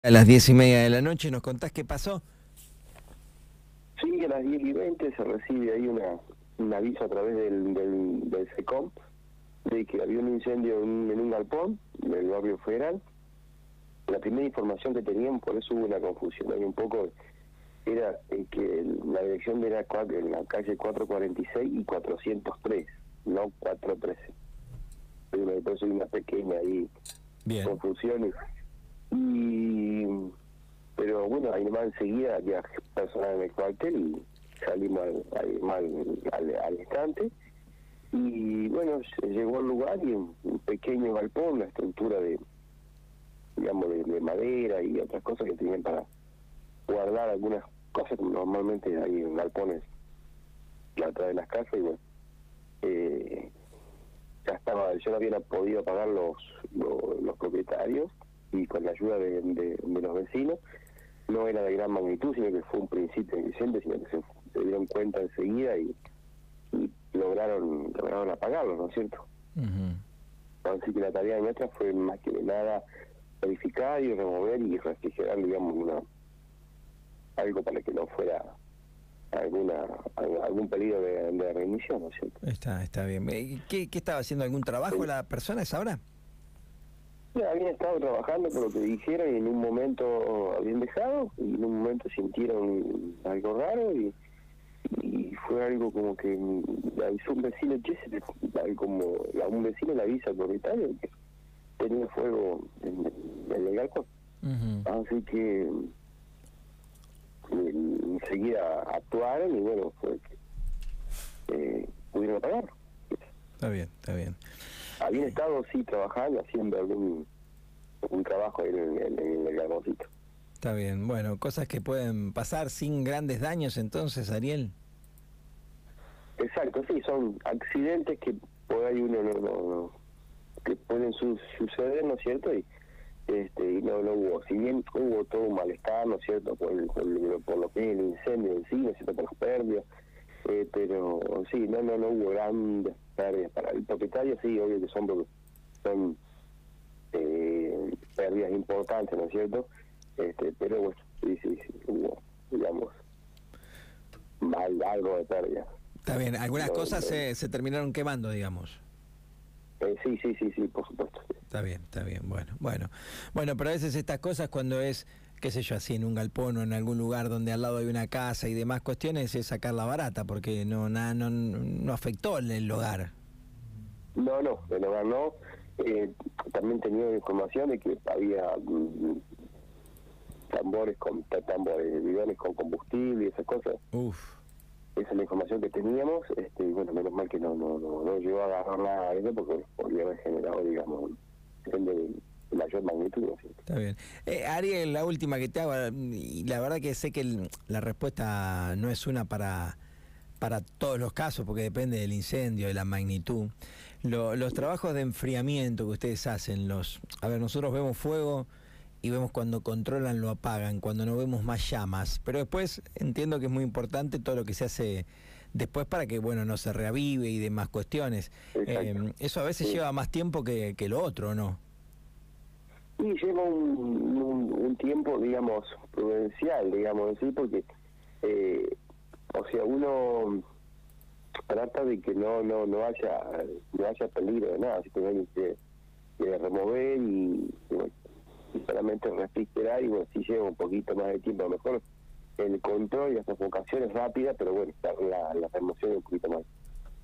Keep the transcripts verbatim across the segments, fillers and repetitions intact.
A las diez y media de la noche, ¿nos contás qué pasó? Sí, a las diez y veinte se recibe ahí una, un aviso a través del, del, del SECOM de que había un incendio en, un- en un galpón del barrio Federal. La primera información que tenían, por eso hubo una confusión ahí un poco, era eh, que la dirección era cua- en la calle cuatrocientos cuarenta y seis y cuatrocientos tres, no cuatrocientos trece. Hay una, por eso hay una pequeña ahí Bien. confusión. Y, pero bueno, ahí nomás enseguida había personal en el cuartel y salimos al, al, al, al, al instante. Y bueno, se llegó al lugar y un, un pequeño galpón, una estructura de, digamos, de, de madera y otras cosas que tenían para guardar algunas cosas que normalmente hay en galpones atrás de las casas. Y bueno, eh, ya estaba, yo no había podido pagar los, los, los propietarios, y con la ayuda de, de, de los vecinos, no era de gran magnitud, sino que fue un principio de incendio, sino que se, se dieron cuenta enseguida y, y lograron lograron apagarlo, ¿no es cierto? Uh-huh. Así que la tarea nuestra fue más que nada verificar y remover y refrigerar, digamos, una algo para que no fuera alguna algún peligro de, de reinicio, ¿no es cierto? Está, está bien. Eh, ¿Qué, qué estaba haciendo? ¿Algún trabajo Sí. la persona a esa hora? Ya habían estado trabajando por lo que dijeron y en un momento habían dejado y en un momento sintieron algo raro y, y fue algo como que le avisó un vecino, che, se le- como a un vecino le avisa al propietario que tenía fuego en, en el galpón. Uh-huh. Así que eh, enseguida actuaron y bueno, fue que eh, pudieron apagarlo. Está bien, está bien. Habían estado, sí, trabajando, haciendo algún un trabajo en, en, en el galponcito. Está bien. Bueno, cosas que pueden pasar sin grandes daños entonces, Ariel. Exacto, sí, son accidentes que por ahí uno no, no, no- que pueden su, suceder, ¿no es cierto? Y este y no, no hubo, si bien hubo todo un malestar, ¿no es cierto? Por, el- por, el- por lo que es el incendio en sí, ¿no es cierto? Por las pérdidas, eh, pero sí, no, no, no hubo grandes pérdidas para el propietario, sí, obvio que son, porque son eh, pérdidas importantes, ¿no es cierto? Este, pero bueno, sí, sí, sí, hubo, digamos, mal, algo de pérdida. Está bien. Algunas No, cosas no. se, se terminaron quemando, digamos. Eh, sí, sí, sí, sí, por supuesto. Está bien, está bien. Bueno, bueno. Bueno, pero a veces estas cosas cuando es, qué sé yo, así en un galpón o en algún lugar donde al lado hay una casa y demás cuestiones, es sacarla barata porque no, nada, no, no afectó el, el hogar. No, no, el hogar no. Eh, también tenía información de que había mm, tambores con ta- tambores, bidones con combustible y esas cosas. Uf. Esa es la información que teníamos. Este, y bueno, menos mal que no no no, no llegó a agarrar nada de eso porque podría haber generado, digamos, un incendio de mayor magnitud, ¿no es cierto? Está bien. Eh, Ariel, la última que te hago, y la verdad que sé que el- la respuesta no es una para, para todos los casos, porque depende del incendio, de la magnitud. Lo- los trabajos de enfriamiento que ustedes hacen, los, a ver, nosotros vemos fuego y vemos cuando controlan lo apagan, cuando no vemos más llamas, pero después entiendo que es muy importante todo lo que se hace después para que, bueno, no se reavive y demás cuestiones. Exacto. Eh, eso a veces Sí. lleva más tiempo que, que lo otro, ¿no? Y lleva un, un, un tiempo, digamos, prudencial, digamos, sí, porque, eh, o sea, uno trata de que no no no haya no haya peligro de nada, así que hay que, que remover y, y, bueno, y solamente refrigerar y bueno, sí lleva un poquito más de tiempo, a lo mejor el control y la sofocación es rápida, pero bueno, la, la remoción es un poquito más.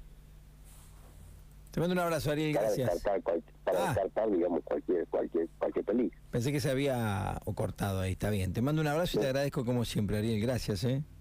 Te mando un abrazo, Ariel, Para gracias. descartar, cual- para Ah. descartar, digamos, cualquier cualquier cualquier peligro. Pensé que se había o cortado ahí, está bien. Te mando un abrazo y te No. agradezco como siempre, Ariel, gracias, ¿eh?